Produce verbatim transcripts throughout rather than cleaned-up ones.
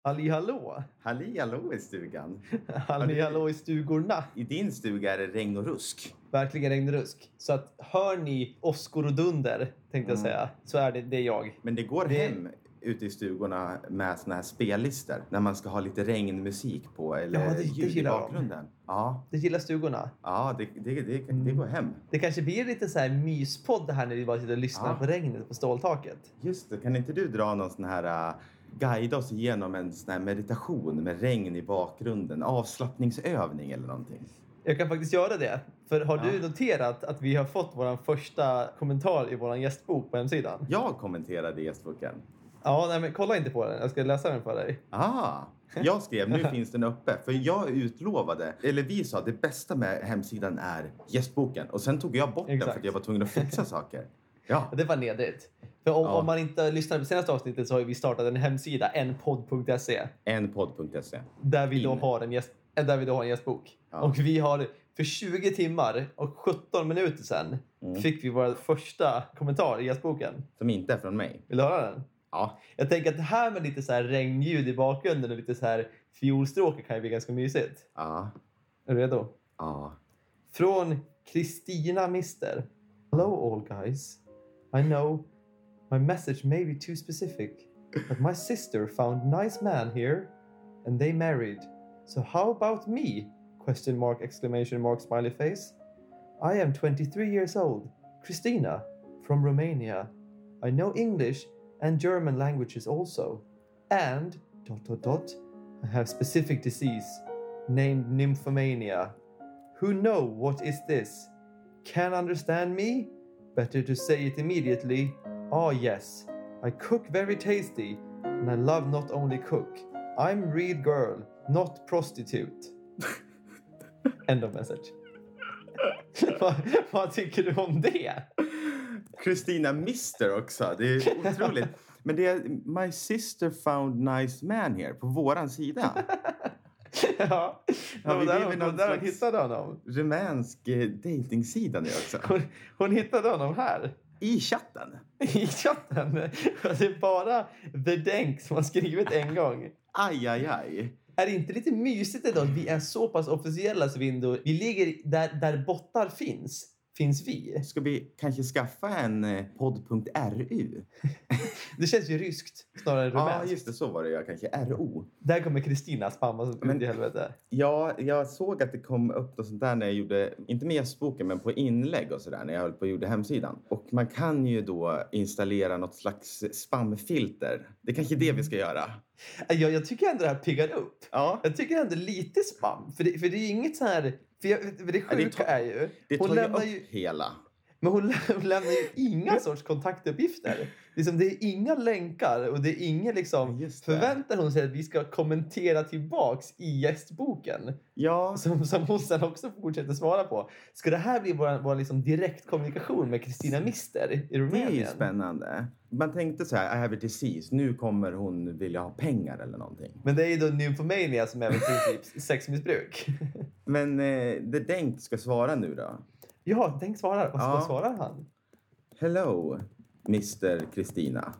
Halli hallå. Halli hallå i stugan. Halli hallå i stugorna. I din stuga är det regn och rusk. Verkligen regn och rusk. Så att hör ni åskor och dunder, tänkte jag Mm. säga, så är det, det är jag. Men det går Det- hem ute i stugorna med såna här spellistor. När man ska ha lite regnmusik på eller Ja, det- det ljud i gillar de. bakgrunden. Ja, Det gillar stugorna. ja det, det, det, Mm. det går hem. Det kanske blir lite så här myspodd det här när vi bara sitter och lyssnar Ja. på regnet på ståltaket. Just det, kan inte du dra någon sån här... Uh, guida oss igenom en sån här meditation med regn i bakgrunden. Avslappningsövning eller någonting. Jag kan faktiskt göra det. För har Ja. du noterat att vi har fått vår första kommentar i vår gästbok på hemsidan? Jag kommenterade i gästboken. Ja, nej men kolla inte på den. Jag ska läsa den för dig. Ah, jag skrev nu finns den uppe. För jag utlovade, eller vi sa, det bästa med hemsidan är gästboken. Och sen tog jag bort den Exakt. för att jag var tvungen att fixa saker. Ja, Det var nedigt. För om, Ja. om man inte lyssnar på senaste avsnittet så har vi startat en hemsida, en podd punkt se. enpodd punkt se. Där vi då In. har en, gäst, äh, där vi då har en gästbok. Ja. Och vi har för tjugo timmar och sjutton minuter sedan Mm. fick vi vår första kommentar i gästboken. Som inte är från mig. Vill du höra den? Ja, Jag tänker att det här med lite så här regnljud i bakgrunden och lite så här fiolstråkar kan ju bli ganska mysigt. ja, Är du redo? ja. Från Kristina Mister. Hello all guys. I know my message may be too specific, but my sister found nice man here and they married. So how about me? Question mark, exclamation mark, smiley face. I am twenty-three years old. Christina from Romania. I know English and German languages also. And dot dot dot I have specific disease named nymphomania. Who know what is this? Can understand me? Better to say it immediately. Ah yes, I cook very tasty, and I love not only cook. I'm real girl, not prostitute. End of message. vad, vad tycker du om det? Kristina Mister också. Det är otroligt. Men det är My sister found nice man here på våran sida. ja, Ja, det vi var där, lever hon, i det var någon där hon slags- hittade honom. Rumänsk eh, datingsida nu också. Hon, hon hittade honom här. I chatten. I chatten. Det är bara The Denk som har skrivit en gång. Aj, aj, aj. Är det inte lite mysigt idag att vi är så pass officiella så vi, ändå, vi ligger där, där bottar finns, finns vi. Ska vi kanske skaffa en eh, podd punkt ru? Det känns ju ryskt snarare än Ja, rumänskt. just det. Så var det ja. Kanske ro. Där kommer Kristina spamma som Men- ut i helvete. Ja, jag såg att det kom upp och sånt där när jag gjorde, inte med gästboken, men på inlägg och sådär när jag höll på och gjorde hemsidan. Och man kan ju då installera något slags spamfilter. Det är kanske det vi ska göra. Jag, jag tycker ändå det här piggar upp. Ja. Jag tycker ändå lite spam. För det, för det är inget så här... För, jag, för det det sjuka tar- är ju... Det tar hon ju lämnar upp ju... hela. Men hon, lä- hon lämnar ju inga sorts kontaktuppgifter. Liksom, det är inga länkar och det är ingen liksom... Just det. Förväntar hon sig att vi ska kommentera tillbaks i gästboken? Ja, Som, som hon sen också fortsätter svara på. Ska det här bli vår, vår liksom direktkommunikation med Kristina Mister i det är ju Rumänien? spännande. Man tänkte så här, I have a disease. Nu kommer hon vilja ha pengar eller någonting. Men det är ju då nymphomania som är väl princip sexmissbruk. Men eh, The Denk ska svara nu då. Ja, tänk svarar. Vad, Ja. vad svarar han? Hello, mister Kristina.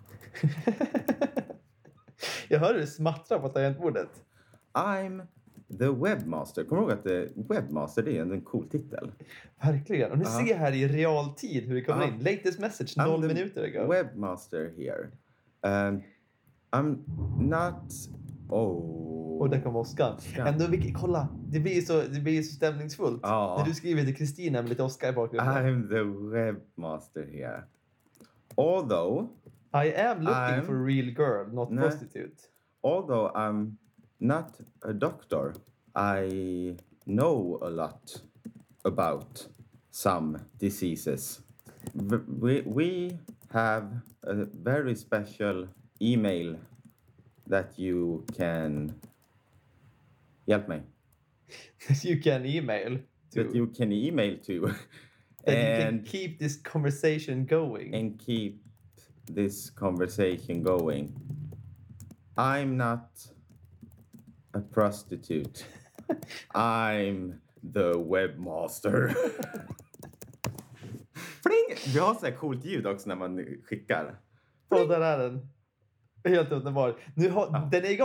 Jag hör hur det smattrar på tangentbordet. I'm the webmaster. Kommer du ihåg att eh, webmaster det är en cool titel? Verkligen. Och nu Ja. ser jag här i realtid hur det kommer Ja. in. Latest message, I'm noll the minuter ago. webmaster here. Um, I'm not... Oh. Och där kom Oskar. Oskar. Ändå, vilket, kolla. Det blir ju så, det blir ju så stämningsfullt. Ja. När du skriver till Kristina med lite Oskar i bakgrunden. I'm the webmaster here. Although, I am looking I'm- for a real girl, not Nej. prostitute. although I'm not a doctor, I know a lot about some diseases. V- We, we have a very special email that you can... Hjälp mig. You can email to. That you can email to. that you can and, keep this conversation going. and keep this conversation going. I'm not a prostitute. I'm the webmaster. Pling! Vi har så här coolt ljud också när man skickar. Och där är den. Helt underbar. Nu har, Den är igång.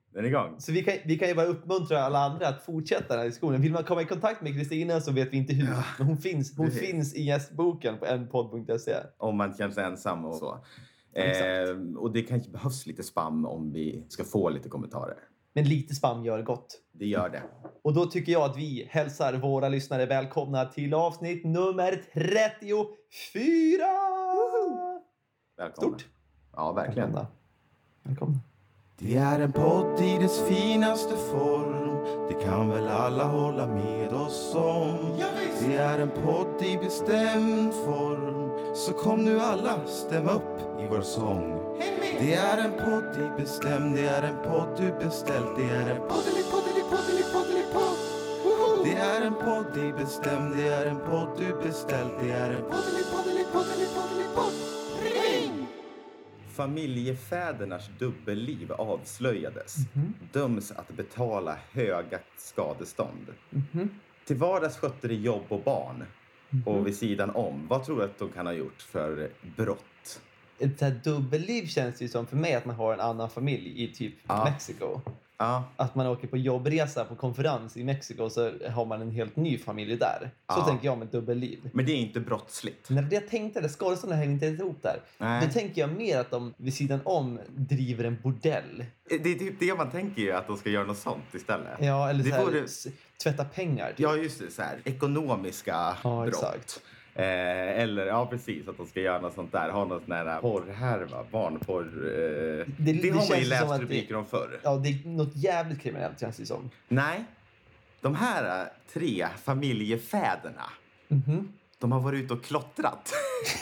Den är igång. Så vi kan, vi kan ju bara uppmuntra alla andra att fortsätta den här diskussionen. Vill man komma i kontakt med Kristina så vet vi inte hur. Ja, men hon finns, hon finns i gästboken på en podd punkt se. Om man känner sig ensam och så. Eh, och det kanske behövs lite spam om vi ska få lite kommentarer. Men lite spam gör gott. Det gör det. Och då tycker jag att vi hälsar våra lyssnare välkomna till avsnitt nummer trettiofyra. Woho! Välkomna. Stort. Ja, verkligen. Välkomna. Välkomna. Det är en podd i dess finaste form. Det kan väl alla hålla med oss om. Det är en podd i bestämd form. Så kom nu alla, stämma upp i vår sång. Det är en podd i bestämd. Det är en podd du beställt. Det är en poddeli poddeli poddeli poddeli podd. Det är en podd i bestämd. Det är en podd du beställt. Det är en poddeli poddeli poddeli poddeli podd. Ring! Familjefädernas dubbelliv avslöjades. Mm-hmm. Döms att betala höga skadestånd. Mm-hmm. Till vardags skötte de jobb och barn. Mm-hmm. Och vid sidan om, vad tror du att de kan ha gjort för brott? Ett så här dubbelliv känns ju som för mig att man har en annan familj i typ Ja. Mexiko. Ja, Att man åker på jobbresa på konferens i Mexiko så har man en helt ny familj där. Så Ja. tänker jag med dubbelliv. men det är inte brottsligt. När jag tänkte det, skadestånden hänger inte ihop där. Nej. Då tänker jag mer att de vid sidan om driver en bordell. Det är typ det man tänker ju, att de ska göra något sånt istället. Ja, eller Det så här, borde- s- tvätta pengar. Typ. Ja, just det. Så här, ekonomiska Ja, brott. exakt. Eh, eller, ja precis, att de ska göra något sånt där. Ha någon sån här porrhärva, barnporr. Eh, det, det har man ju känns läst som att rubriker det- om förr. Ja, det är något jävligt kriminellt känns det som. Nej, de här eh, tre familjefäderna, Mhm. de har varit ute och klottrat.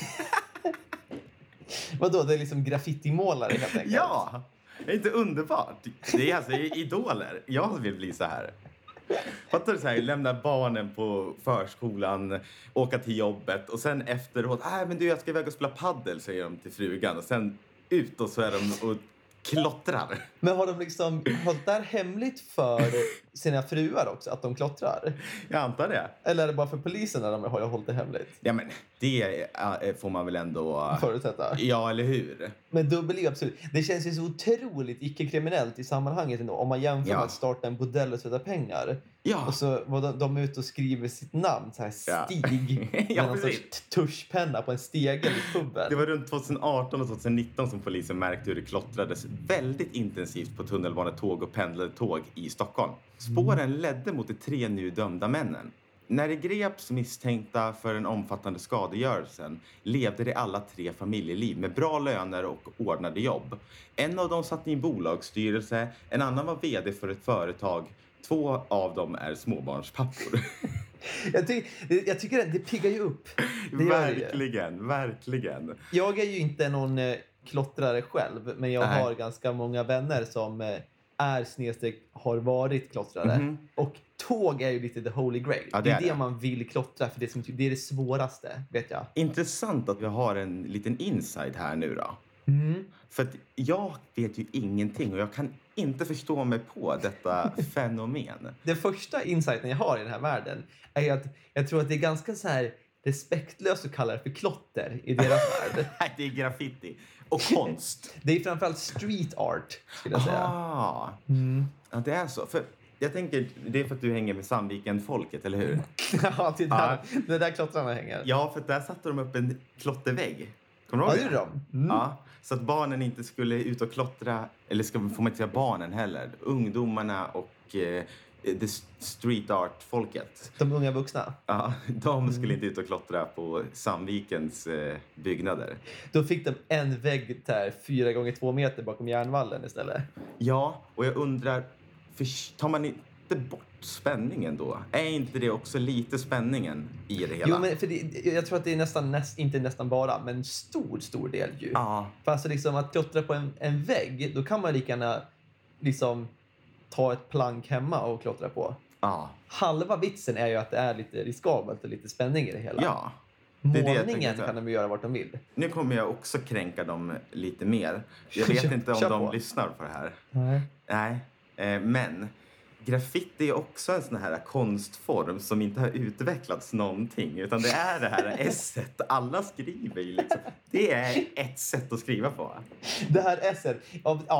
Vadå, det är liksom graffitimålare helt enkelt? Ja, det är inte underbart. Det är alltså idoler. Jag vill bli så här. Fattar du så här, lämna barnen på förskolan, åka till jobbet och sen efteråt, nej men du jag ska iväg och spela paddel, säger de till frugan och sen ut och så är de och klottrar. Men har de liksom hållit det här hemligt för sina fruar också, att de klottrar? Jag antar det. Eller är det bara för polisen när de har hållit det hemligt? Ja men det äh, får man väl ändå... Förutsätta. Ja, eller hur? Men dubbelliv, absolut. Det känns ju så otroligt icke-kriminellt i sammanhanget ändå. Om man jämför Ja. med att starta en bordell och sätta pengar. Ja. Och så var de, de är ute och skriver sitt namn, så här Ja. Stig. Ja, med någon precis. sorts tuschpenna på en stege i puben. Det var runt tjugoarton och tjugonitton som polisen märkte hur det klottrades väldigt intensivt på tunnelbanetåg och pendeltåg i Stockholm. Spåren ledde mot de tre nu dömda männen. När de greps misstänkta för den omfattande skadegörelsen levde de alla tre familjeliv med bra löner och ordnade jobb. En av dem satt i en bolagsstyrelse, en annan var vd för ett företag. Två av dem är småbarnspappor. Jag, ty jag tycker att det piggar ju upp. Det gör det ju. Verkligen, verkligen. Jag är ju inte någon eh, klottrare själv, men jag Nej. har ganska många vänner som eh, är snedstreck har varit klottrare. Mhm. Och tåg är ju lite the holy grail. Ja, det, det är är det det. man vill klottra, för det är, som, det är det svåraste, vet jag. Intressant att vi har en liten inside här nu då. Mm. För att jag vet ju ingenting och jag kan inte förstå mig på detta fenomen. Den första insighten jag har i den här världen är ju att jag tror att det är ganska så här respektlöst att kalla det för klotter i deras värld. Nej, det är graffiti och konst. Det är framförallt street art, skulle jag säga. Ah, Mm. ja, det är så. För jag tänker, det är för att du hänger med Sandviken-folket, eller hur? Ja, det är där, det är där klottrarna hänger. Ja, för där satte de upp en klottervägg. Kommer du Ja, ihåg det gjorde de. Mm. Ja, så att barnen inte skulle ut och klottra, eller ska, får man inte säga barnen heller, ungdomarna och eh, the street art-folket. De unga vuxna. Ja, de skulle inte ut och klottra på Sandvikens eh, byggnader. Då fick de en vägg där fyra gånger två meter bakom järnvallen istället. Ja, och jag undrar, för, tar man inte bort spänningen då? Är inte det också lite spänningen i det hela? Jo, men för det, jag tror att det är nästan, näst, inte nästan bara, men stor, stor del ju. Ja, För alltså liksom att klottra på en, en vägg, då kan man lika gärna liksom ta ett plank hemma och klottra på. ja, Halva vitsen är ju att det är lite riskabelt och lite spänning i det hela. ja. det är det jag Målningen tänker. kan de ju göra vart de vill. Nu kommer jag också kränka dem lite mer. Jag vet Kör- inte om kör de på. lyssnar på det här. Nej. Nej, eh, men graffiti är också en sån här konstform som inte har utvecklats någonting. Utan det är det här esset. Alla skriver ju liksom. Det är ett sätt att skriva på. Det här S R, ja, ja,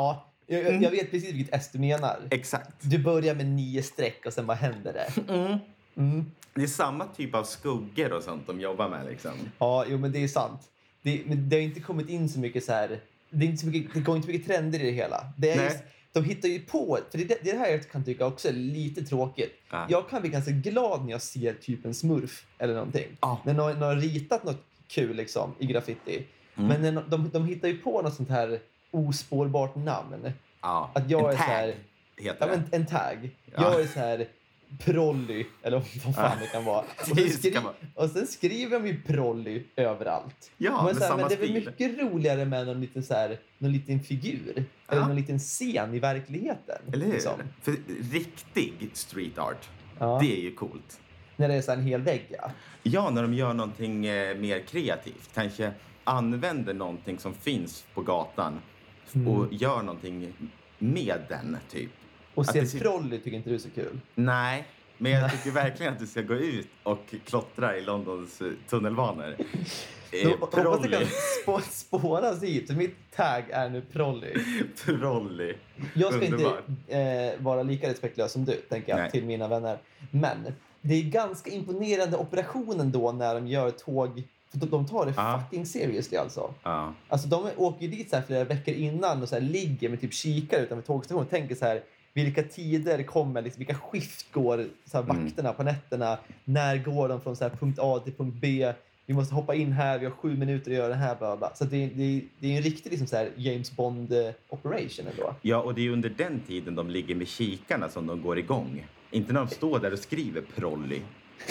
Jag, Mm. jag vet precis vilket S du menar. Exakt. Du börjar med nio streck och sen vad händer det? Mm. Mm. Det är samma typ av skuggor och sånt de jobbar med liksom. Ja, jo men det är sant. Det, men det har inte kommit in så mycket så här... Det, är inte så mycket, det går inte så mycket trender i det hela. Det är Nej. just, de hittar ju på... För det, det här jag kan tycka också är lite tråkigt. Ja. Jag kan bli ganska glad när jag ser typ en smurf eller någonting. Ja. När någon, någon har ritat något kul liksom, i graffiti. Mm. Men när, de, de, de hittar ju på något sånt här ospårbart namn. Ja. Att jag en är tag så här... heter Ja, det. men en tag. Ja. Jag är så här prolly, eller vad fan Ja. det kan vara. Och Det sen, ska skri- vara- och sen skriver de ju prolly överallt. Ja, men, med så här, samma men det är väl stil. mycket roligare med någon liten, så här, någon liten figur. Eller Ja. någon liten scen i verkligheten. Eller hur? liksom. För riktig street art, Ja. det är ju coolt. När det är så här en hel vägg, ja. Ja, när de gör någonting eh, mer kreativt. Kanske använder någonting som finns på gatan Mm. och gör någonting med den, typ. Och Att se det ser- prolly tycker inte du är så kul. Nej, men jag Nej. tycker verkligen att du ska gå ut och klottra i Londons eh, tunnelbanor. Då, Eh, hoppas det Prolly. kan spå, spåras hit. För mitt tag är nu prolly. Prolly. Jag ska Underbart. inte eh, vara lika respektlös som du, tänker jag, Nej. till mina vänner. Men det är ganska imponerande operationen då när de gör tåg. För de, de tar det Ja. fucking seriously alltså. Ja. Alltså de åker ju dit så här flera veckor innan och så här ligger med typ kikare utanför tågstationen och tänker så här, vilka tider kommer, liksom, vilka skift går så här, Mm. vakterna på nätterna? När går de från så här, punkt A till punkt B? Vi måste hoppa in här, vi har sju minuter att göra det här. Bla bla. Så att det, det, det är en riktig liksom, så här, James Bond eh, operation ändå. Ja, och det är under den tiden de ligger med kikarna som de går igång. Inte när de står där och skriver Prolly.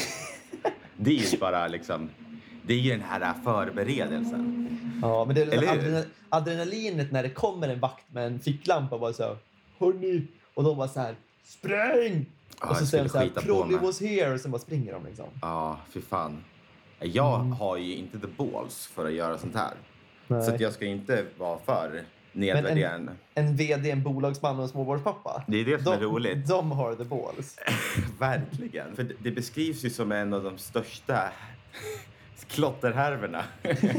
Det är ju bara liksom... Det är ju den här förberedelsen. Ja, men det är liksom Eller hur? adrenal, adrenalinet när det kommer en vakt med en ficklampa och bara så här, hörni, och de bara så här, spräng! Ja, och så jag säger de så skulle här, skita på Prolly mig. was here, och sen bara springer de liksom. Ja, fy fan. Jag Mm. har ju inte the balls för att göra sånt här. Nej. Så att jag ska inte vara för nedvärderande. En vd, en bolagsman och en småbarnspappa. Det är det som de, är roligt. De har the balls. Verkligen. För det, det beskrivs ju som en av de största klotterhärvorna.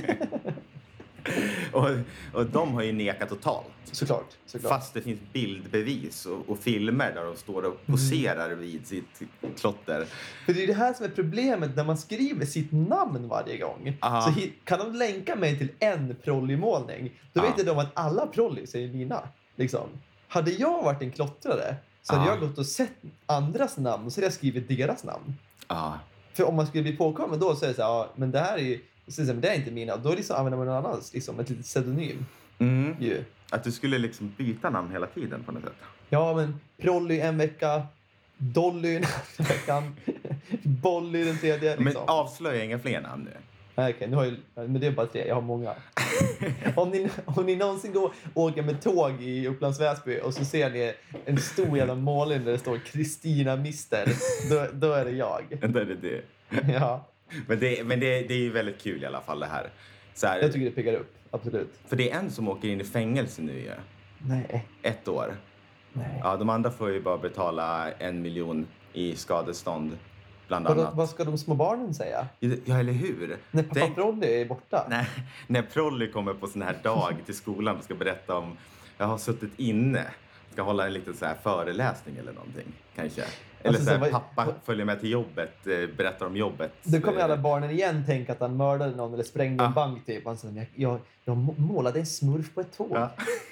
och, och de har ju nekat totalt. Såklart. såklart. Fast det finns bildbevis och, och filmer där de står och poserar vid sitt klotter. För det är det här som är problemet när man skriver sitt namn varje gång. Aha. Så hi- kan de länka mig till en Prolly-målning, då Ja. vet de att alla Prollys är mina. Liksom. Hade jag varit en klottrare så hade Ja. jag gått och sett andras namn och så hade jag skrivit deras namn. Ja, För om man skulle bli påkommen då så är det så här, ja, men det här är ju, så är det, så här, men det är inte mina. Och då liksom använder man någon annans, liksom, ett litet pseudonym. mm. Ju. Att du skulle liksom byta namn hela tiden på något sätt. Ja, men Prolly en vecka, Dolly den andra veckan, Bolly den tredje. Liksom. Men avslöja inga fler namn nu. Nej, okej, nu har jag, men det är bara tre. Jag har många. om, ni, om ni någonsin går åker med tåg i Upplands Väsby och så ser ni en stor jävla målning där det står Kristina Mister, då, då är det jag. Det är det. Ja, Men, det, men det, det är ju väldigt kul i alla fall det här. Så här jag tycker det piggar upp. Absolut. För det är en som åker in i fängelse nu ju. Nej. Ett år. Nej. Ja, de andra får ju bara betala en miljon i skadestånd. Bland Vad, annat. vad ska de små barnen säga? Ja, eller hur? När pappa Tänk- Prolly är borta? Nej, när Prolly kommer på sån här dag till skolan och ska berätta om jag har suttit inne. Ska hålla en liten så här föreläsning eller någonting kanske. Eller Alltså, så här, så vad- pappa vad- följer med till jobbet, eh, berättar om jobbet. Då kommer alla Eh, barnen igen tänka att han mördade någon eller sprängde en Ja. bank typ. Han säger, jag, jag, jag målade en smurf på ett tåg. Ja.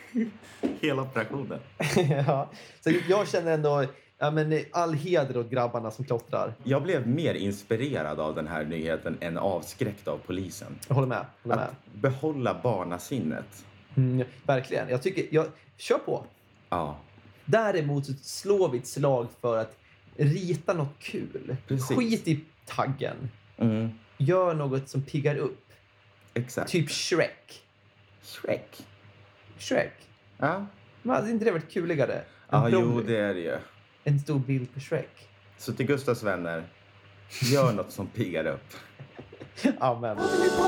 Hela operationen. Ja. Så jag känner ändå ja, men all heder åt grabbarna som klottrar. Jag blev mer inspirerad av den här nyheten än avskräckt av polisen. Jag håller med. Håller med. Att behålla barnasinnet. Mm, verkligen. Jag tycker, jag, kör på. Ja, Däremot så slår vi ett slag för att rita något kul. Precis. Skit i taggen. mm, Gör något som piggar upp. exakt. Typ Shrek. Shrek. Shrek. Ja, Men hade inte det varit kuligare? än ja jo Broly? det är det ju. En stor bild på Shrek. Så till Gustavs vänner, gör något som piggar upp. Amen.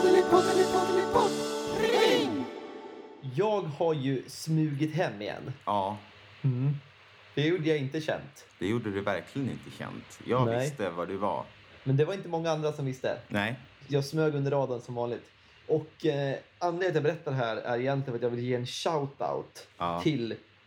Jag har ju smugit hem igen. Ja, Mm. Det gjorde jag inte känt. det gjorde du verkligen inte känt. Jag Nej. visste var du var. Men det var inte många andra som visste. Nej. Jag smög under radarn som vanligt. Och eh, anledningen till att jag berättar här är egentligen att jag vill ge en shout-out Ja. till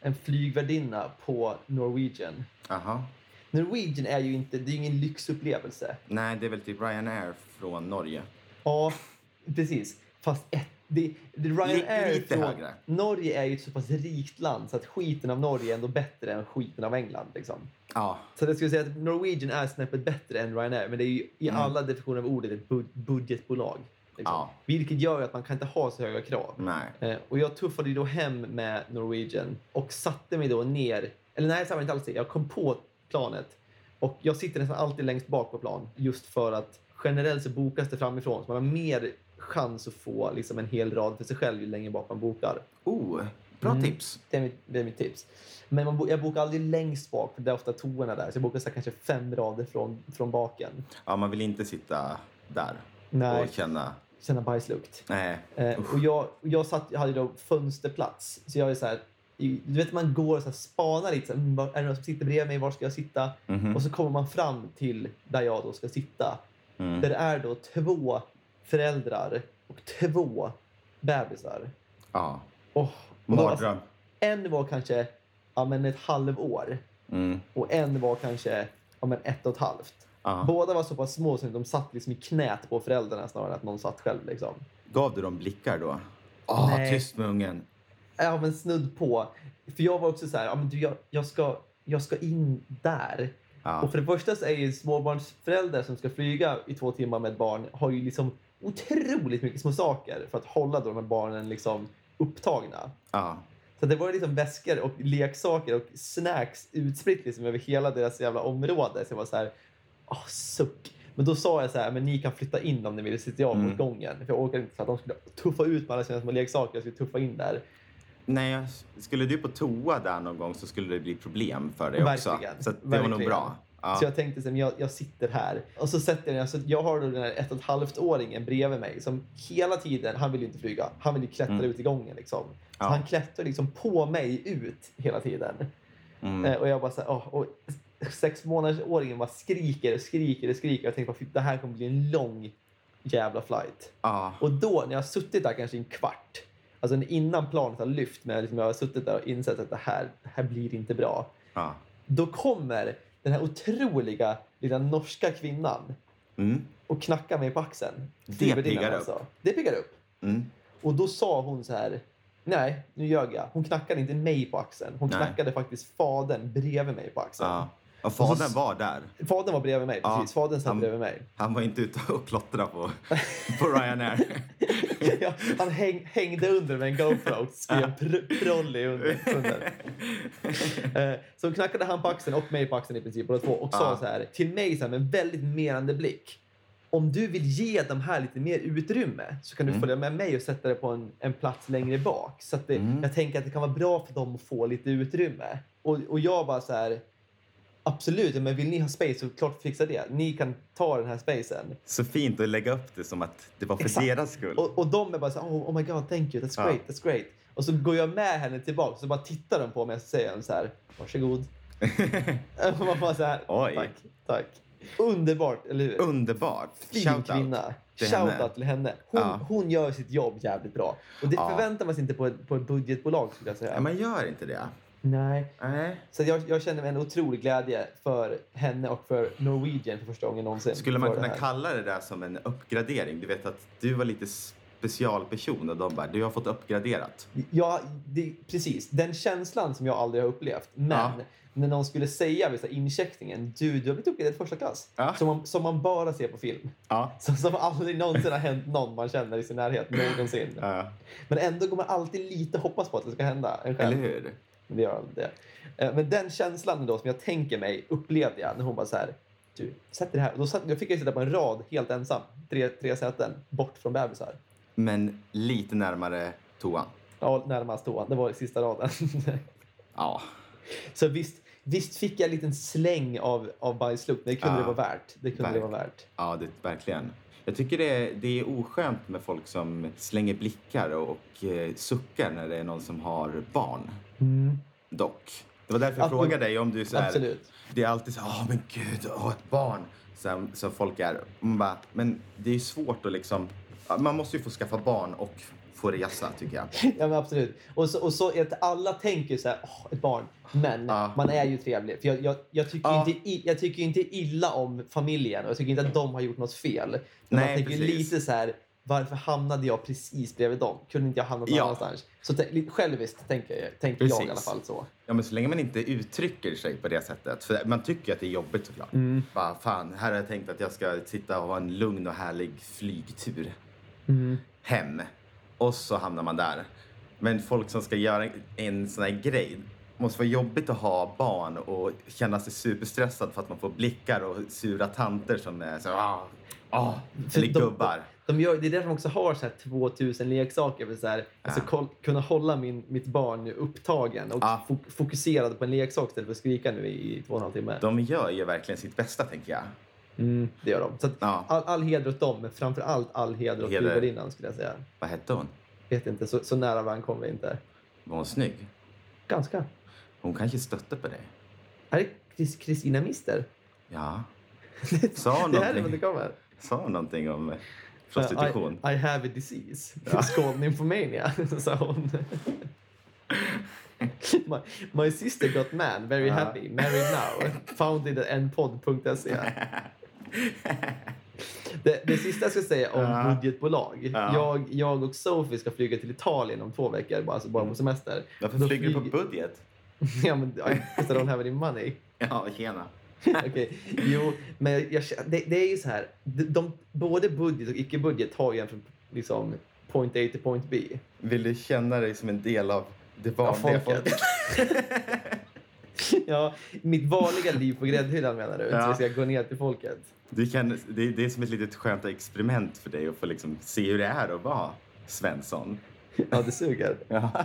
en flygvärdinna på Norwegian. Aha. Norwegian är ju inte, det är ju ingen lyxupplevelse. Nej, det är väl typ Ryanair från Norge. Ja, precis. Fast ett, det, det Ryanair Lite från högre. Norge är ju ett så pass rikt land så att skiten av Norge är ändå bättre än skiten av England. Liksom. Ja. Så jag skulle säga att Norwegian är snäppet bättre än Ryanair, men det är ju i Mm. alla definitioner av ordet ett bud- budgetbolag. Liksom. Ja. Vilket gör ju att man kan inte ha så höga krav. Nej. Eh, och jag tuffade ju då hem med Norwegian och satte mig då ner, eller nej, så var det inte alls det. Jag kom på planet och jag sitter nästan alltid längst bak på plan just för att generellt så bokas det framifrån så man har mer chans att få liksom en hel rad för sig själv ju längre bak man bokar. Oh, bra Mm. tips. Det är mitt, det är mitt tips. Men man bo, jag bokar aldrig längst bak för det är ofta toorna där. Så jag bokar så här kanske fem rader från, från baken. Ja, man vill inte sitta där Nej, och känna... känna bajslukt. Nej. Eh, och jag, och jag, satt, jag hade då fönsterplats. Så jag är så här, i- du vet man går och så här spanar lite. Så här, mm, var- är det någon som sitter bredvid mig? Var ska jag sitta? Mhm. Och så kommer man fram till där jag då ska sitta. Mm. Där det är då två föräldrar och två bebisar. Ja. Oh, och då, Mardröm. en var kanske ja, men ett halvår. Mm. Och en var kanske ja, men ett och ett halvt. Ja. Båda var så pass små så att de satt liksom i knät på föräldrarna snarare än att någon satt själv. Liksom. Gav du dem blickar då? Åh, Nej. tyst med ungen. Ja, men snudd på. För jag var också så här, ja, men du, jag, jag, ska, jag ska in där. Ja. Och för det första så är ju småbarnsföräldrar som ska flyga i två timmar med ett barn har ju liksom otroligt mycket små saker för att hålla de här barnen liksom upptagna. Ja. Så det var liksom väskor och leksaker och snacks utspritt liksom över hela deras jävla område. Så jag var så här, åh, suck. Men då sa jag så här, men ni kan flytta in om ni vill, sitta jag Mm. mot gången. För jag orkade inte så att de skulle tuffa ut med alla sina små leksaker. Jag skulle tuffa in där. Nej, jag- skulle du på toa där någon gång så skulle det bli problem för dig också. Verkligen, Så att det var nog verkligen. bra. Ja. Så jag tänkte så här, men jag, jag sitter här. Och så sätter jag mig, alltså, jag har då den här ett och ett halvt åringen bredvid mig som hela tiden, han vill ju inte flyga. Han vill ju klättra Mm. ut i gången liksom. Så Ja. han klättrar liksom på mig ut hela tiden. Mm. Eh, och jag bara så här, åh, och sex månaders åringen bara skriker och skriker och skriker. Jag tänkte bara, det här kommer bli en lång jävla flight. Ja. Och då när jag har suttit där kanske en kvart, alltså innan planet har lyft, när jag, liksom, jag har suttit där och insett att det här, det här blir inte bra. Ja. Då kommer den här otroliga lilla norska kvinnan Mm. och knackar mig på axeln. Det Flygvärdinnan piggar upp. alltså. Det piggar upp. Mm. Och då sa hon så här, nej, nu ljög jag. Hon knackade inte mig på axeln. Hon Nej. knackade faktiskt fadern bredvid mig på axeln. Ja. Och fadern Och så- var där. Fadern var bredvid mig, Ja, precis. Fadern satt han- bredvid mig. Han var inte ute och klottrade på, på Ryanair. Ja, han häng, hängde under med en GoPro och skrev pr- prolly under. under. Eh, så knackade han på axeln och mig på axeln i princip båda två och sa Ja. så här till mig så här, med en väldigt menande blick. Om du vill ge de här lite mer utrymme så kan du Mm. följa med mig och sätta dig på en, en plats längre bak. Så att det, Mm. jag tänker att det kan vara bra för dem att få lite utrymme. Och, och jag bara så här, absolut, men vill ni ha space så klart fixa det. Ni kan ta den här spacen. Så fint att lägga upp det som att det var för Exakt. deras skull. Och, och de är bara så här, oh, oh my god, thank you, that's Ja. great, that's great. Och så går jag med henne tillbaka så bara tittar de på mig och så säger de så här, varsågod. Och man bara så här, Oj. tack, tack. Underbart, eller hur? Underbart. Fin Shout out. kvinna. till Shout henne. out till henne. Hon, Ja. hon gör sitt jobb jävligt bra. Och det Ja. förväntar man sig inte på ett, på ett budgetbolag skulle jag säga. Ja, man gör inte det. Nej. Nej. Så jag, jag känner en otrolig glädje för henne och för Norwegian för första gången någonsin. Skulle man för det kunna här. kalla det där som en uppgradering? Du vet att du var lite specialperson och de bara, du har fått uppgraderat. Ja, det, precis. Den känslan som jag aldrig har upplevt. Men Ja. när någon skulle säga vid så här incheckningen, du, du har blivit uppgraderad första klass. Ja. Som, man, som man bara ser på film. Ja. Som, som aldrig någonsin har hänt någon man känner i sin närhet någonsin. Ja. Men ändå går man alltid lite hoppas på att det ska hända en själv. Eller hur? Men det gör aldrig det. Eh, Men den känslan då som jag tänker mig upplevde jag när hon bara så här, du, sätt dig här. Och då satt, jag fick jag sitta på en rad helt ensam. Tre, tre säten bort från bebisar. Men lite närmare toan. Ja, närmast toan. Det var i sista raden. Ja. Så visst, visst fick jag en liten släng av, av bajslukt. Men det kunde Ja, det vara värt. Det kunde det vara värt. Ja, det, verkligen. Jag tycker det är, det är oskönt med folk som slänger blickar och, och eh, suckar när det är någon som har barn. Mm. Dock. Det var därför jag Absolut. frågade dig om du så här, Absolut. det är alltid så, åh men gud, åh, ett barn. Så, så folk är, man bara, men det är ju svårt att liksom, man måste ju få skaffa barn och på resa, tycker jag. Ja, men absolut. Och så, och så att alla tänker så här, åh, ett barn. Men Ja. man är ju trevlig. För jag, jag, jag, tycker Ja. inte, i- jag tycker inte illa om familjen. Och jag tycker inte att de har gjort något fel. Men Nej, man tänker precis. lite så här, varför hamnade jag precis bredvid dem? Kunde inte jag hamna någon Ja. annanstans? Så t- lite själviskt tänker, jag, tänker jag i alla Precis. fall så. Ja, men så länge man inte uttrycker sig på det sättet. För man tycker att det är jobbigt såklart. Mm. Bara, fan, här har jag tänkt att jag ska sitta och ha en lugn och härlig flygtur Mm. hem. Och så hamnar man där. Men folk som ska göra en sån här grej måste vara jobbigt att ha barn och känna sig superstressad för att man får blickar och sura tanter som är så ah, ah, För eller de- gubbar. De gör, det är därför de också har så här tvåtusen leksaker. För så här, alltså, koll, kunna hålla min, mitt barn upptagen och Ja. fo- fokuserad på en leksak istället för att skrika nu i, i två och en halv timme. De gör ju verkligen sitt bästa, tänker jag. Mm, det gör de. Så att Ja. all, all heder åt dem, men framför allt all heder åt Heder. flygvärdinnan skulle jag säga. Vad hette hon? Vet inte, så, så nära varandra kommer vi inte. Var hon snygg? Ganska. Hon kanske stötte på dig. Här är Chris, Kristina Mister. Ja. Sa hon Det här är vad det någonting, kommer. sa hon någonting om eh, prostitution? I, I have a disease. Ja. It's called nymphomania, sa hon. my, my sister got man, very Ja. happy, married now, founded at n pod dot se. Det, det sista jag ska säga om Ja. budgetbolag. Ja. Jag, jag och Sophie ska flyga till Italien om två veckor, bara, alltså bara på semester. Varför Då flyger du på flyg- budget? Ja, men I don't have any money. Ja, tjena. Okej, jo, men jag, det, det är ju så här. De, de, både budget och icke-budget har ju egentligen liksom point A till point B. Vill du känna dig som en del av det Av vanliga folket. folket? Ja, mitt vanliga liv på gräddhyllan menar du? Ja. Så jag ska gå ner till folket. Du kan, det, det är som ett litet skönt experiment för dig att få liksom se hur det är att vara Svensson. Ja, det suger. Ja.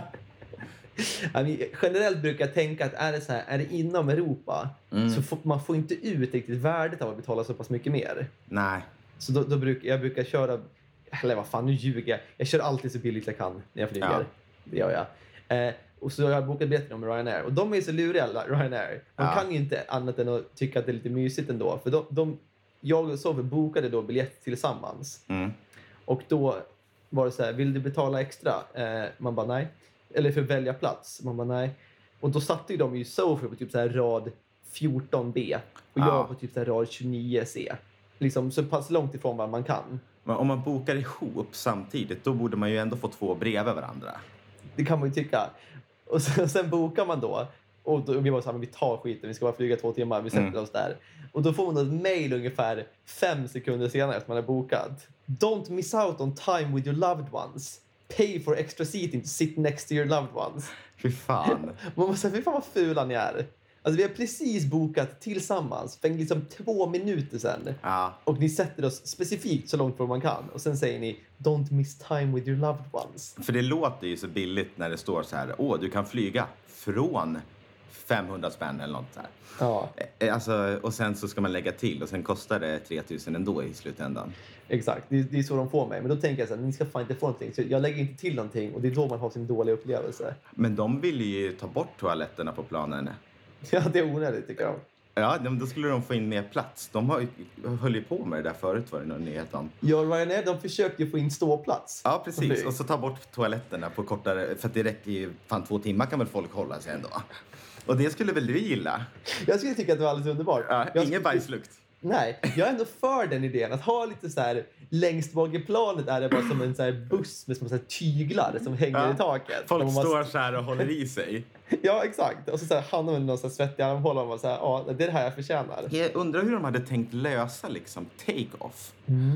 Ja, men generellt brukar jag tänka att är det så här, är det inom Europa Mm. så får man får inte ut riktigt värdet av att betala så pass mycket mer. Nej. Så då, då brukar jag brukar köra, eller vad fan, nu ljuger jag. Jag kör alltid så billigt jag kan när jag flyger. Ja. Det gör jag. Eh, och så har jag bokat biljetter med Ryanair. Och de är så luriga, Ryanair. De Ja. kan ju inte annat än att tycka att det är lite mysigt ändå. För de, de, jag och Sove bokade då biljett tillsammans. Mm. Och då var det så här, vill du betala extra? Eh, man bara nej. Eller för att välja plats? Man bara nej. Och då satte ju de ju Sofie på typ så här rad fjorton B. Och Ja. jag på typ så här rad tjugonio C. Liksom så pass långt ifrån vad man kan. Men om man bokar ihop samtidigt, då borde man ju ändå få två bredvid varandra. Det kan man ju tycka. Och sen, sen bokar man då. Och då, vi var så här, men vi tar skiten, vi ska bara flyga två timmar, vi sätter Mm. oss där. Och då får man ett mail ungefär fem sekunder senare efter man har bokat. Don't miss out on time with your loved ones. Pay for extra seating to sit next to your loved ones. Fy fan. Man måste säga, fy fan vad fula ni är. Alltså vi har precis bokat tillsammans för liksom två minuter sedan. Ja. Och ni sätter oss specifikt så långt från man kan. Och sen säger ni, don't miss time with your loved ones. För det låter ju så billigt när det står så här, åh, du kan flyga från femhundra spänn eller något så här. Ja, Eh, Alltså, och sen så ska man lägga till och sen kostar det tre tusen ändå i slutändan. exakt. Det, det är så de får mig. Men då tänker jag så här, ni ska fan inte få någonting. Så jag lägger inte till någonting och det är då man har sin dåliga upplevelse. Men de vill ju ta bort toaletterna på planen. Ja, det är onödigt tycker jag. Ja, de- då skulle de få in mer plats. De har ju, höll ju på med det där förut, var det någon nyhet om. Ja, Ryanair, de försökte ju få in ståplats. Ja, på precis. flyg. Och så ta bort toaletterna på kortare, för att det räcker ju, fan två timmar kan väl folk hålla sig ändå. Och det skulle väl du gilla? Jag skulle tycka att det var alldeles underbart. Ja, jag ingen skulle- bajslukt. Nej, jag är ändå för den idén. Att ha lite så här, längst bak i planet är det bara som en så här buss med som så här tyglar som hänger Ja. i taket. Där Folk man bara- står så här och håller i sig. Ja, exakt. Och så, så här, han har någon så här svettig armhåla och man säger, ja, det är det här jag förtjänar. Jag undrar hur de hade tänkt lösa liksom take-off.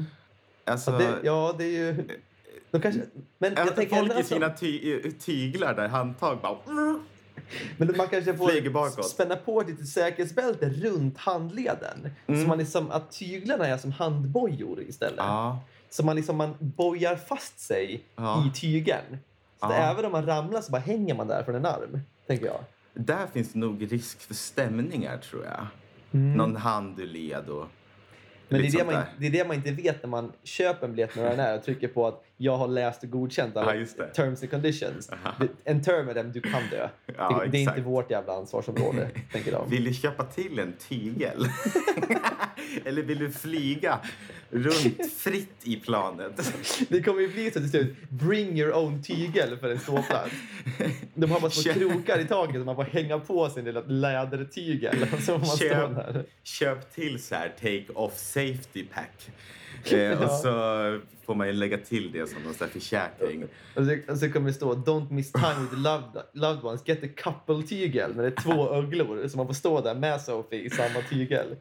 Alltså, Ja, det, ja, det är ju... De kanske, men jag att tänker folk ändå i sina alltså, ty- tyglar där, handtag bara... men man kanske flyger får bakåt. spänna på ett litet säkerhetsbälte runt handleden. Mm. Så man liksom, att tyglarna är som handbojor istället. Ja, Så man liksom man bojar fast sig Ja. i tygen. Så att Ja. även om man ramlar så bara hänger man där från en arm, tänker jag. där finns det nog risk för stämningar, tror jag. Mm. Någon hand ur led och... Men det är lite det, sånt man, där. det är det man inte vet när man köper en biljett med Ryanair och trycker på att jag har läst och godkänt alla ja, terms and conditions. Aha. En term är dem, du kan dö. Ja, det, det är inte vårt jävla ansvarsområde, tänker de. Vill du köpa till en tygel? Eller vill du flyga runt fritt i planet? Det kommer ju bli så till slut. Bring your own tygel för en ståplats. De har bara små krokar i taket och man får hänga på sin lilla lädertygel. Så man köp, där. köp till så här take off safety pack. Eh, ja. Och så får man ju lägga till det som någon sån här försäkring. Och så, och så kommer det stå don't miss time with loved, loved ones. Get a couple tygel. När det är två öglor. Så man får stå där med Sophie i samma tygel.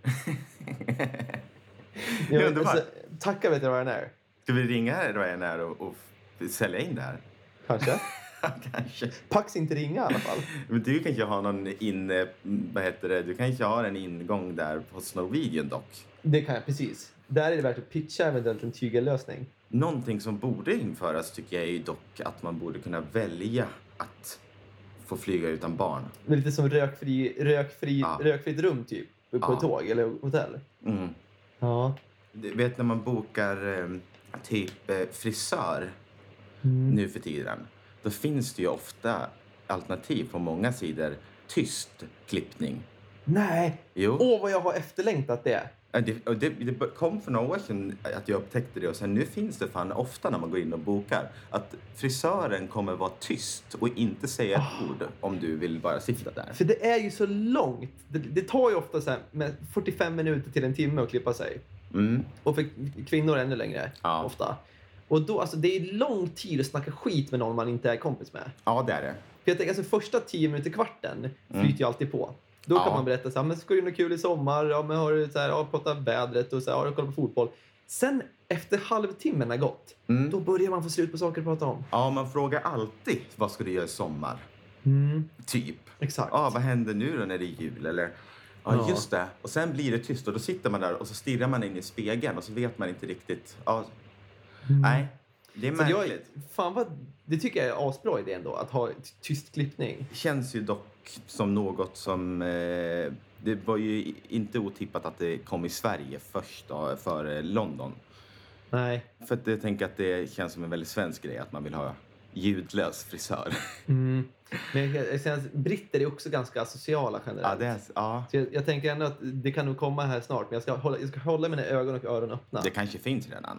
Jag vet, alltså, tacka vet jag Ryanair. Ska vi ringa Ryanair och, och sälja in det här? Kanske. Kanske. Pax inte ringa i alla fall. Men du kanske har någon in, vad heter det? Du kanske har en ingång där hos Norwegian dock. Det kan jag precis. Där är det värt att pitcha eventuellt en tygellösning. Någonting som borde införas tycker jag är ju dock att man borde kunna välja att få flyga utan barn. Det är lite som rökfri, rökfri, ja. rökfritt rum typ. På ja. ett tåg eller hotell. Mm. Ja. Du vet när man bokar eh, typ eh, frisör mm. nu för tiden. Då finns det ju ofta alternativ på många sidor. Tyst klippning. Nej! Jo. Åh, vad jag har efterlängtat det. Det, det, det kom för några år sedan att jag upptäckte det. Och sen nu finns det fan ofta när man går in och bokar. Att frisören kommer vara tyst och inte säga ett oh. ord om du vill bara sitta där. För det är ju så långt. Det, det tar ju ofta så här med fyrtiofem minuter till en timme att klippa sig. Mm. Och för kvinnor ännu längre. Ja. Ofta. Och då, alltså det är lång tid att snacka skit med någon man inte är kompis med. Ja, det är det. För jag tänker, alltså första tio minuter, kvarten flyter mm. ju alltid på. Då ja. kan man berätta så här, men ska du göra något kul i sommar? Ja, men har du så här, ja, pratat vädret och så här, har du kollat på fotboll? Sen efter halvtimmen har gått, mm. då börjar man få slut på saker att prata om. Ja, man frågar alltid, vad ska du göra i sommar? Mm. Typ. Exakt. Ja, vad händer nu då när det är jul? Eller, ja, ja, just det. Och sen blir det tyst och då sitter man där och så stirrar man in i spegeln och så vet man inte riktigt. Ja. Mm. Nej, det är märkligt. Jag, fan vad, det tycker jag är asbra idé ändå, att ha tyst klippning. Känns ju dock som något som... Eh, det var ju inte otippat att det kom i Sverige först då, för London. Nej. För att jag tänker att det känns som en väldigt svensk grej att man vill ha ljudlös frisör. Mm. Men jag, jag känner, britter är också ganska sociala generellt. Ja, det är, ja. Så jag, jag tänker ändå att det kan nog komma här snart. Men jag ska hålla, jag ska hålla mina ögon och öron öppna. Det kanske finns redan.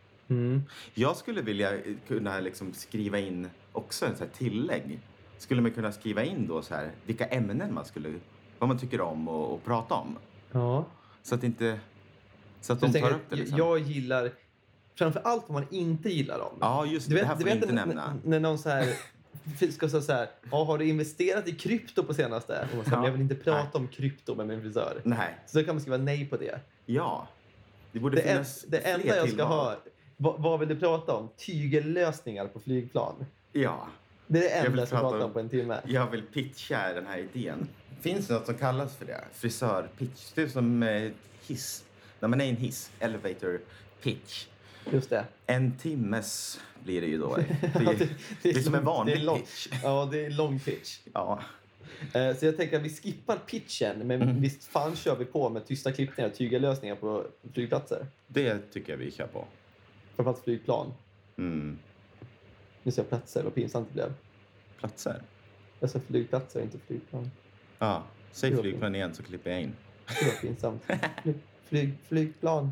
Mm. Jag skulle vilja kunna liksom skriva in också en så här tillägg. Skulle man kunna skriva in då så här vilka ämnen man skulle, vad man tycker om och, och prata om. Ja. Så att inte, så att så de tar tänker, upp det liksom. Jag gillar framför allt vad man inte gillar om. Ja, just det. Du vet, det här får du vet inte när, nämna. När någon så här ska säga så här, ja, har du investerat i krypto på senaste? Och man säger, ja. Jag vill inte prata nej. om krypto med min frisör. Nej. Så då kan man skriva nej på det. Ja. Det borde det finnas en, Det enda jag ska tillval. ha, vad, vad vill du prata om? Tygellösningar på flygplan. Ja. Det är det enda jag, jag ska prata om, om på en timme. Jag vill pitcha den här idén. Finns det något som kallas för det? Frisörpitch. Det är som eh, hiss. När man är i en hiss. Elevator pitch. Just det. En timmes blir det ju då. Det, ja, det, det, det är som en vanlig det är lång, pitch. Ja, det är lång pitch. Ja. Uh, så jag tänker att vi skippar pitchen. Men mm. visst fan kör vi på med tysta klippningar och tygellösningar på flygplatser. Det tycker jag vi kör på. Framförallt flygplan. Mm. Nu ser jag platser, vad pinsamt det blev. Platser? Jag sa flygplatser, inte flygplan. Ja, säg flygplan igen så klipper jag in. Det var pinsamt. Flyg, flyg, flygplan.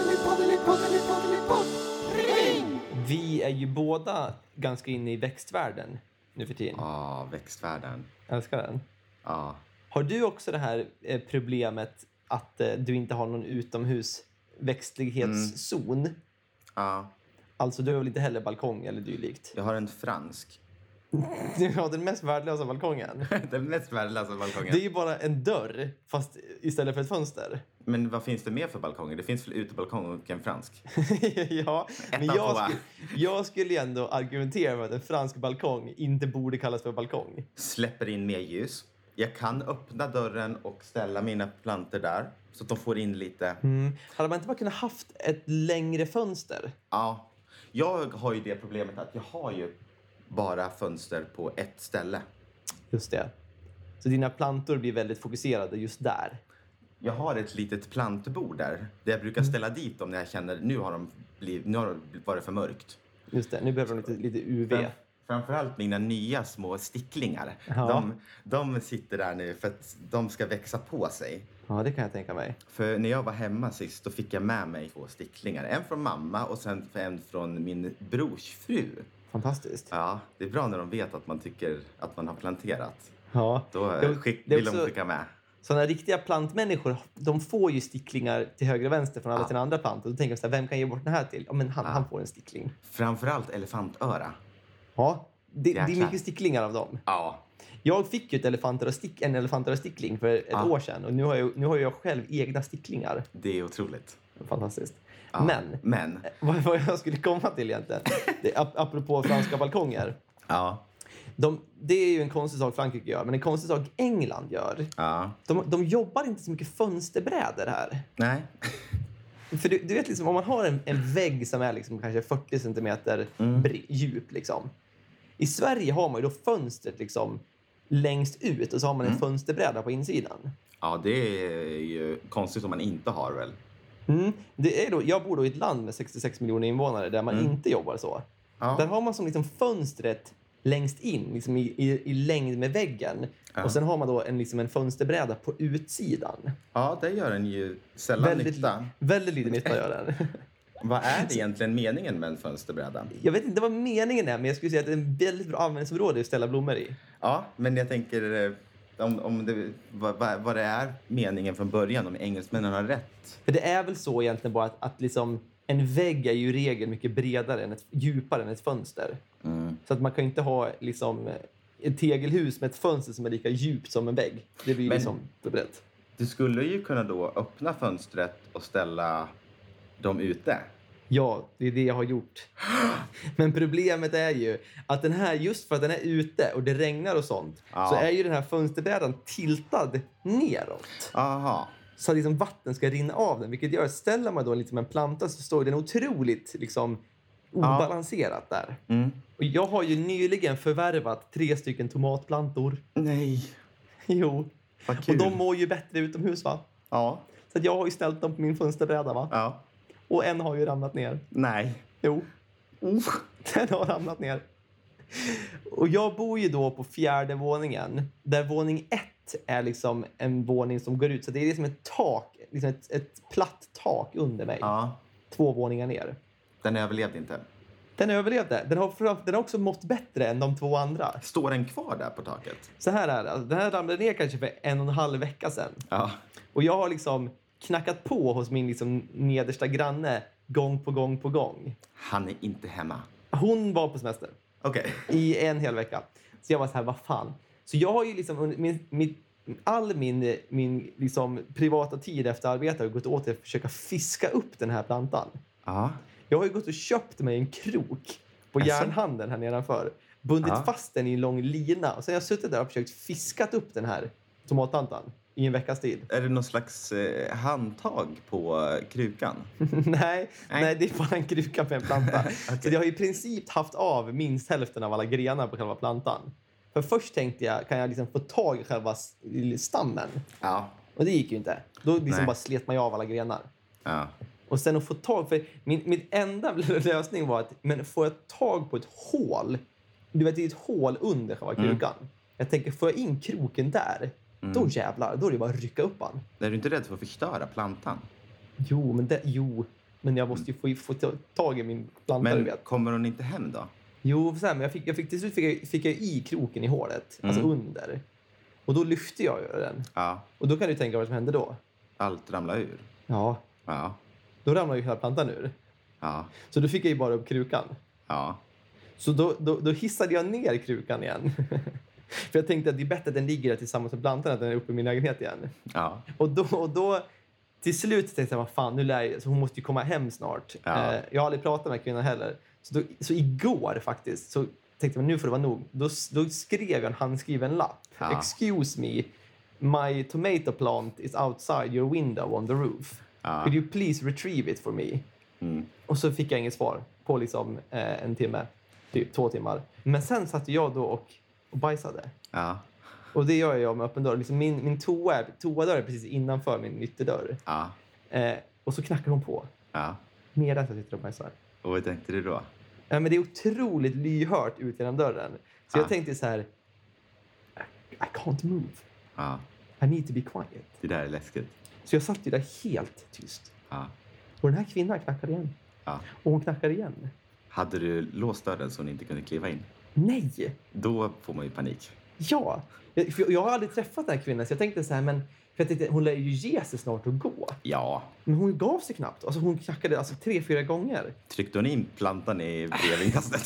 Vi är ju båda ganska inne i växtvärlden nu för tiden. Ja, växtvärlden. Älskar den. Ja. Har du också det här problemet att du inte har någon utomhus växtlighetszon? Mm. Ja. Alltså du har väl inte heller balkong eller dylikt? Jag har en fransk. Du har den mest värdelösa balkongen. Den mest värdelösa balkongen. Det är ju bara en dörr fast istället för ett fönster. Men vad finns det mer för balkonger? Det finns väl utebalkong och en fransk? Ja, men jag skulle, jag skulle ändå argumentera för att en fransk balkong inte borde kallas för balkong. Släpper in mer ljus. Jag kan öppna dörren och ställa mina plantor där så att de får in lite. Mm. Hade man inte bara kunnat haft ett längre fönster? Ja, jag har ju det problemet att jag har ju bara fönster på ett ställe. Just det. Så dina plantor blir väldigt fokuserade just där. Jag har ett litet plantbord där. Där jag brukar ställa dit dem när jag känner nu har de blivit, nu har det varit för mörkt. Just det, nu behöver de lite, lite U V. Fram, framförallt mina nya små sticklingar. Ja. De, de sitter där nu för att de ska växa på sig. Ja, det kan jag tänka mig. För när jag var hemma sist, då fick jag med mig två sticklingar. En från mamma och sen en från min brors fru. Fantastiskt. Ja, det är bra när de vet att man tycker att man har planterat. Ja. Då Det- skick, det är vill också- de skicka med. Sådana riktiga plantmänniskor, de får ju sticklingar till höger och vänster från alla Ja. sina andra plantor. Då tänker jag så här, vem kan ge bort den här till? Ja, men han, Ja. han får en stickling. Framförallt elefantöra. Ja, det, det är Jäklar. mycket sticklingar av dem. Ja. Jag fick ju ett elefantöra-stick, en elefantöra-stickling för ett Ja. år sedan. Och nu har, jag, nu har jag själv egna sticklingar. Det är otroligt. Fantastiskt. Ja. Men, Men. vad, vad jag skulle komma till egentligen, det, ap- apropå franska balkonger. Ja. De, det är ju en konstig sak Frankrike gör, men en konstig sak England gör. Ja. De, de jobbar inte så mycket fönsterbrädor här. Nej. För du, du vet liksom, om man har en, en vägg som är liksom kanske fyrtio centimeter Mm. bre- djup liksom. I Sverige har man ju då fönstret liksom längst ut och så har man en Mm. fönsterbräda på insidan. Ja, det är ju konstigt om man inte har väl. Mm. Det är då, jag bor då i ett land med sextiosex miljoner invånare där man Mm. inte jobbar så. Ja. Där har man som liksom fönstret längst in, liksom i, i, i längd med väggen. Ja. Och sen har man då en, liksom en fönsterbräda på utsidan. Ja, det gör den ju sällan Väldigt, nytta. väldigt lite nytta gör den. Vad är det egentligen meningen med en fönsterbräda? Jag vet inte vad meningen är, men jag skulle säga att det är en väldigt bra användningsområde att ställa blommor i. Ja, men jag tänker eh, om, om det, vad, vad vad det är meningen från början, om engelsmännen har rätt. För det är väl så egentligen bara att, att liksom, en vägg är ju i regel mycket bredare, än ett, djupare än ett fönster. Mm. Så att man kan inte ha liksom, ett tegelhus med ett fönster som är lika djupt som en vägg. Det blir Men- liksom för brett. Du skulle ju kunna då öppna fönstret och ställa dem ute. Ja, det är det jag har gjort. Men problemet är ju att den här, just för att den är ute och det regnar och sånt, Ja. så är ju den här fönsterbrädan tiltad neråt. Aha. Så att liksom vatten ska rinna av den. Vilket gör att ställer man då liksom en planta så står den otroligt liksom, obalanserat där. Mm. Och jag har ju nyligen förvärvat tre stycken tomatplantor. Nej, Jo. vad Och kul. de mår ju bättre utomhus va? Ja, Så att jag har ju ställt dem på min fönsterbräda va? ja. Och en har ju ramlat ner. Nej. Jo. Oh. Den har ramlat ner. Och jag bor ju då på fjärde våningen. Där våning ett är liksom en våning som går ut. Så det är liksom ett tak. Liksom ett, ett platt tak under mig. Ja, Två våningar ner. den överlevde inte. Den överlevde. Den har, fram- den har också mått bättre än de två andra. Står den kvar där på taket? Så här är det. Alltså, den här ramlade ner kanske för en och en halv vecka sedan. Ja. Och jag har liksom knackat på hos min liksom nedersta granne gång på gång på gång. Han är inte hemma. Hon var på semester Okej. i en hel vecka. Så jag var så här, vad fan. Så jag har ju liksom under min, min, all min, min liksom privata tid efter arbete har gått åt till att försöka fiska upp den här plantan. Ja. Jag har ju gått och köpt mig en krok på Jaså? järnhandeln här nedanför. Bundit Ja. fast den i en lång lina. Och sen har jag suttit där och försökt fiskat upp den här tomatplantan i en veckas tid. Är det någon slags eh, handtag på eh, krukan? nej, nej, Nej. det är bara en kruka med en planta. Så jag har i princip haft av minst hälften av alla grenar på själva plantan. För först tänkte jag, kan jag liksom få tag i själva s- i stammen? Ja. Och det gick ju inte. Då liksom Nej. bara slet man ju av alla grenar. Ja. Och sen att få tag, för min, min enda lösning var att, men får jag tag på ett hål, du vet det är ett hål under själva Mm. krukan. Jag tänker, får jag in kroken där, Mm. då jävlar, då är det bara att rycka upp han. Är du inte rädd för att förstöra plantan? Jo, men det, jo, men jag måste ju få, få ta- tag i min planta, du Men vet. kommer hon inte hem då? Jo, så här, men jag fick, jag fick, till slut fick jag, fick jag i kroken i hålet, alltså Mm. under. Och då lyfte jag ju den. Ja. Och då kan du tänka vad som hände då. Allt ramlar ur? Ja, Ja. då ramlade ju hela plantan ur. Ja. Så då fick jag ju bara upp krukan. Ja. Så då, då, då hissade jag ner krukan igen. För jag tänkte att det är bättre att den ligger där tillsammans med plantan än att den är uppe i min lägenhet igen. Ja. Och då, och då till slut tänkte jag, vad fan, nu lär jag, så hon måste ju komma hem snart. Ja. Eh, jag har aldrig pratat med kvinnan heller. Så, då, så igår faktiskt så tänkte jag, nu får det vara nog. Då, då skrev jag en handskriven lapp. Ja. Excuse me, my tomato plant is outside your window on the roof. Ja. Could you please retrieve it for me? Mm. Och så fick jag inget svar på liksom eh, en timme, typ två timmar. Men sen satt jag då och, och bajsade. Ja. Och det gör jag med öppen dörr. Liksom min min toa, toadörr är precis innanför min ytterdörr. Ja. Eh, och så knackar hon på. Ja. Medan jag sitter och bajsar. Och vad tänkte du då? Ja, men det är otroligt lyhört ut genom dörren. Så Ah. jag tänkte så här, I, I can't move. Ja, I need to be quiet. det där är läskigt. Så jag satt ju där helt tyst. Ja. Och den här kvinnan knackade igen. Ja. Och hon knackade igen. Hade du låst dörren så hon inte kunde kliva in? Nej! Då får man ju panik. Ja! Jag, för jag har aldrig träffat den här kvinnan så jag tänkte så här, men för jag tänkte, hon lär ju ge sig snart att gå. Ja. Men hon gav sig knappt. Alltså hon knackade alltså tre, fyra gånger. Tryckte hon in plantan i brevinkastet?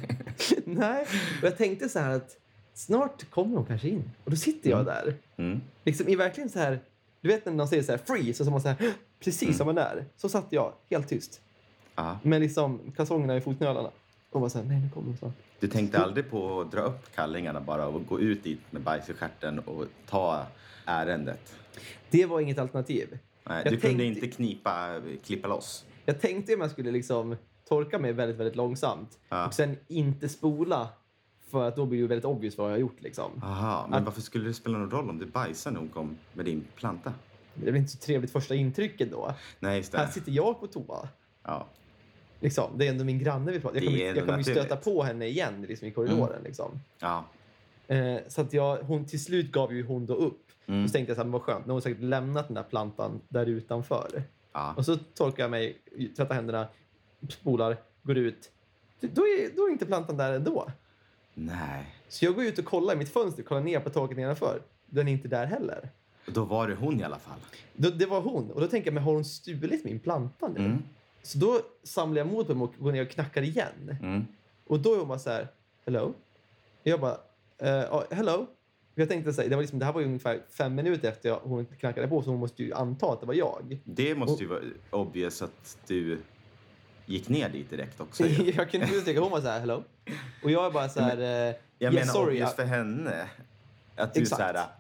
Nej, och jag tänkte så här att snart kommer hon kanske in. Och då sitter jag där. Mm. Liksom i verkligen så här, du vet när de säger så här freeze så som man säger precis Mm. som man är. Så satt jag helt tyst. Ja. Med liksom kalsongerna i fotnölarna. Och var så här, nej nu kommer hon snart. Du tänkte aldrig på att dra upp kallingarna bara och gå ut dit med bajs i stjärten och ta ärendet? Det var inget alternativ. Nej, Jag du kunde tänkte- inte knipa, klippa loss. Jag tänkte om jag skulle liksom torka mig väldigt, väldigt långsamt. Ja. Och sen inte spola. För att då blir det ju väldigt obvious vad jag har gjort liksom. Aha, men Att- varför skulle det spela någon roll om du bajsade när hon kom med din planta? Det blir inte så trevligt första intrycket då. Nej, just Här det. sitter jag på toa. Ja. Liksom. Det är ändå min granne vi pratar. Jag Det kommer, är jag ändå kommer ju stöta naturligt. på henne igen liksom, i korridoren. Liksom. Ja. Eh, så att jag, hon, till slut gav ju hon då upp. Mm. Så tänkte jag så här, men vad skönt. Nu har hon säkert lämnat den där plantan där utanför. Ja. Och så torkar jag mig, tvättar händerna, spolar, går ut. Då är, då är inte plantan där ändå. Nej. Så jag går ut och kollar i mitt fönster, kollar ner på taket nedanför. Den är inte där heller. Då var det hon i alla fall. Då, det var hon. Och då tänker jag, men har hon stulit min planta nu? Mm. Så då samlar jag mod på mig och går ner och knackar igen. Mm. Och då är hon bara så här, hello? Jag bara, uh, oh, hello? Jag tänkte så här, det, var liksom, det här var ju ungefär fem minuter efter jag, hon knackade på, så hon måste ju anta att det var jag. Det måste ju vara obvious att du gick ner dit direkt också. ju. Jag kunde inte tycka, hon var så här, hello? Och jag är bara så här, uh, Jag yeah, menar sorry. obvious jag- för henne. Att du, Exakt. så här,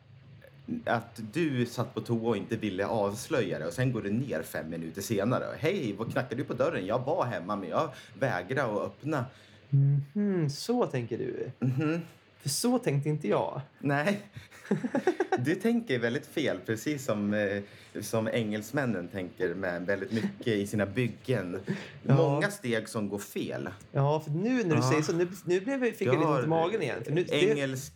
att du satt på toa och inte ville avslöja det och sen går du ner fem minuter senare. Hej, vad knackar du på dörren? Jag var hemma men jag vägrade att öppna. Mhm, så tänker du. Mhm. För så tänkte inte jag. Nej, du tänker väldigt fel, precis som, eh, som engelsmännen tänker med väldigt mycket i sina byggen. Ja. Många steg som går fel. Ja, för nu när du Ja. säger så, nu, nu blev, fick jag Du lite har ont i magen igen. För nu, det,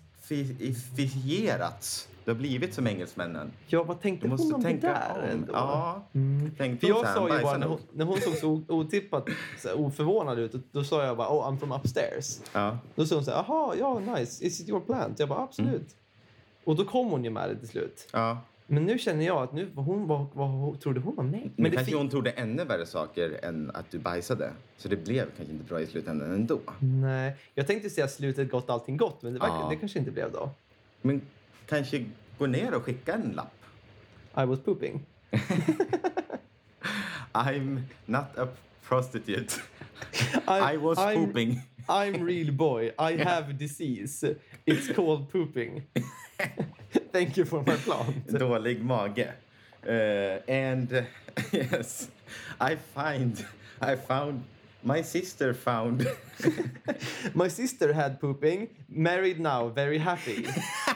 Engelskifierats. Du har blivit som engelsmännen. ja, vad tänkte Du måste hon om tänka det där om. ändå? Ja, Mm. tänkte För hon jag så här, sa ju bara, bajsa när hon, nog. när hon såg så o- otippat, så här, oförvånad ut, då, då sa jag bara, oh, I'm from upstairs. Ja. Då sa hon så här, jaha, ja, nice, is it your plant? Jag bara, absolut. Mm. Och då kom hon ju med det till slut. Ja. Men nu känner jag att nu, vad hon, vad, vad trodde hon om mig? Men Men det kanske fi- hon trodde ännu värre saker än att du bajsade. Så det blev kanske inte bra i slutändan ändå. Nej, jag tänkte säga slutet gott, allting gott, men det, verkar, Ja. det kanske inte blev då. Men kanske gå ner och skicka en lapp. I was pooping. I'm not a prostitute. I, I was I'm, pooping. I'm real boy. I have disease. It's called pooping. Thank you for my plant. Dålig mage. Uh, and uh, yes, I find, I found, my sister found. My sister had pooping. Married now. Very happy.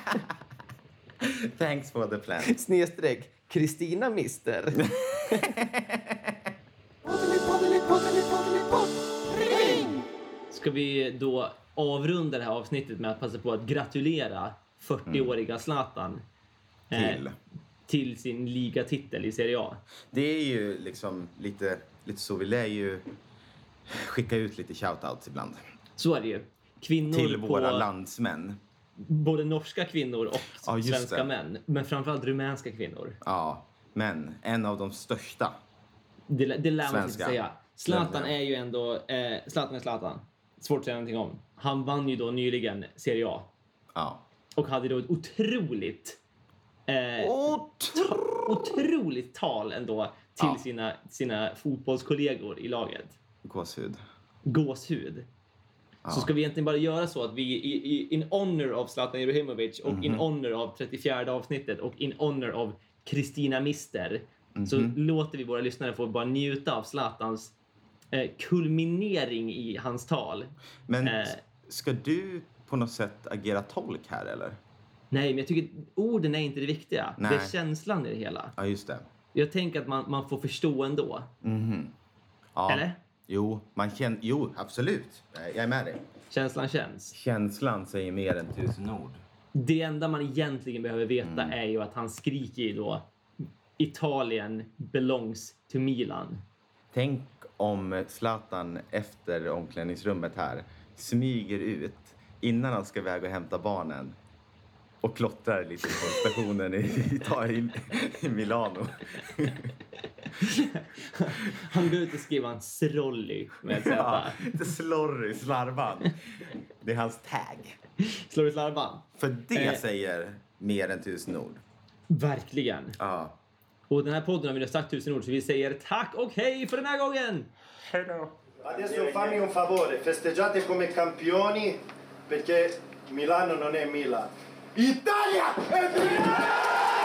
Thanks for the plant. Snedstreck. Kristina mister. Ska vi då avrunda det här avsnittet med att passa på att gratulera fyrtioåriga Zlatan eh, Till. till sin ligatitel i Serie A. Det är ju liksom lite, lite så. Vi lär ju skicka ut lite shoutouts ibland. Så är det ju. Kvinnor Till på våra landsmän. både norska kvinnor och Ja, just svenska det. män. Men framförallt rumänska kvinnor. Ja, men en av de största. Det, det lär man inte Svenska. säga. Zlatan Nej, är ju ändå... Eh, Zlatan är Zlatan. Svårt att säga någonting om. Han vann ju då nyligen Serie A. Ja. Och hade då ett otroligt... Eh, otroligt tal ändå till Ja. sina, sina fotbollskollegor i laget. Gåshud. Gåshud. Ja. Så ska vi egentligen bara göra så att vi i, i in honor av Zlatan Ibrahimovic och in Mhm. honor av trettiofjärde avsnittet och in honor av Kristina Mister så Mhm. låter vi våra lyssnare få bara njuta av Zlatans eh, kulminering i hans tal. Men Eh. ska du på något sätt agera tolk här eller? Nej, men jag tycker orden är inte det viktiga. Nej. Det är känslan i det hela. Ja, just det. Jag tänker att man, man får förstå ändå. Mhm. Ja. Eller? Jo, man känner, jo, absolut. Jag är med dig. Känslan känns. Känslan säger mer än tusen ord. Det enda man egentligen behöver veta Mm. är ju att han skriker ju då Italien belongs to Milan. Tänk om Zlatan efter omklädningsrummet här smyger ut innan han ska iväg och hämta barnen och klottrar lite på stationen i, i, i Milano. Han går ut och skriver en Srolly med Z. Ja, inte slorry, slarvan. Det är hans tag. Slår i slarvan. För det Eh. säger mer än tusen ord. Verkligen. Ja. Och den här podden har vi nu sagt tusen ord så vi säger tack och hej för den här gången. Hej då. Adesso fammi un favore, festeggiate come campioni perché Milano non è Milan. Italia è Milan!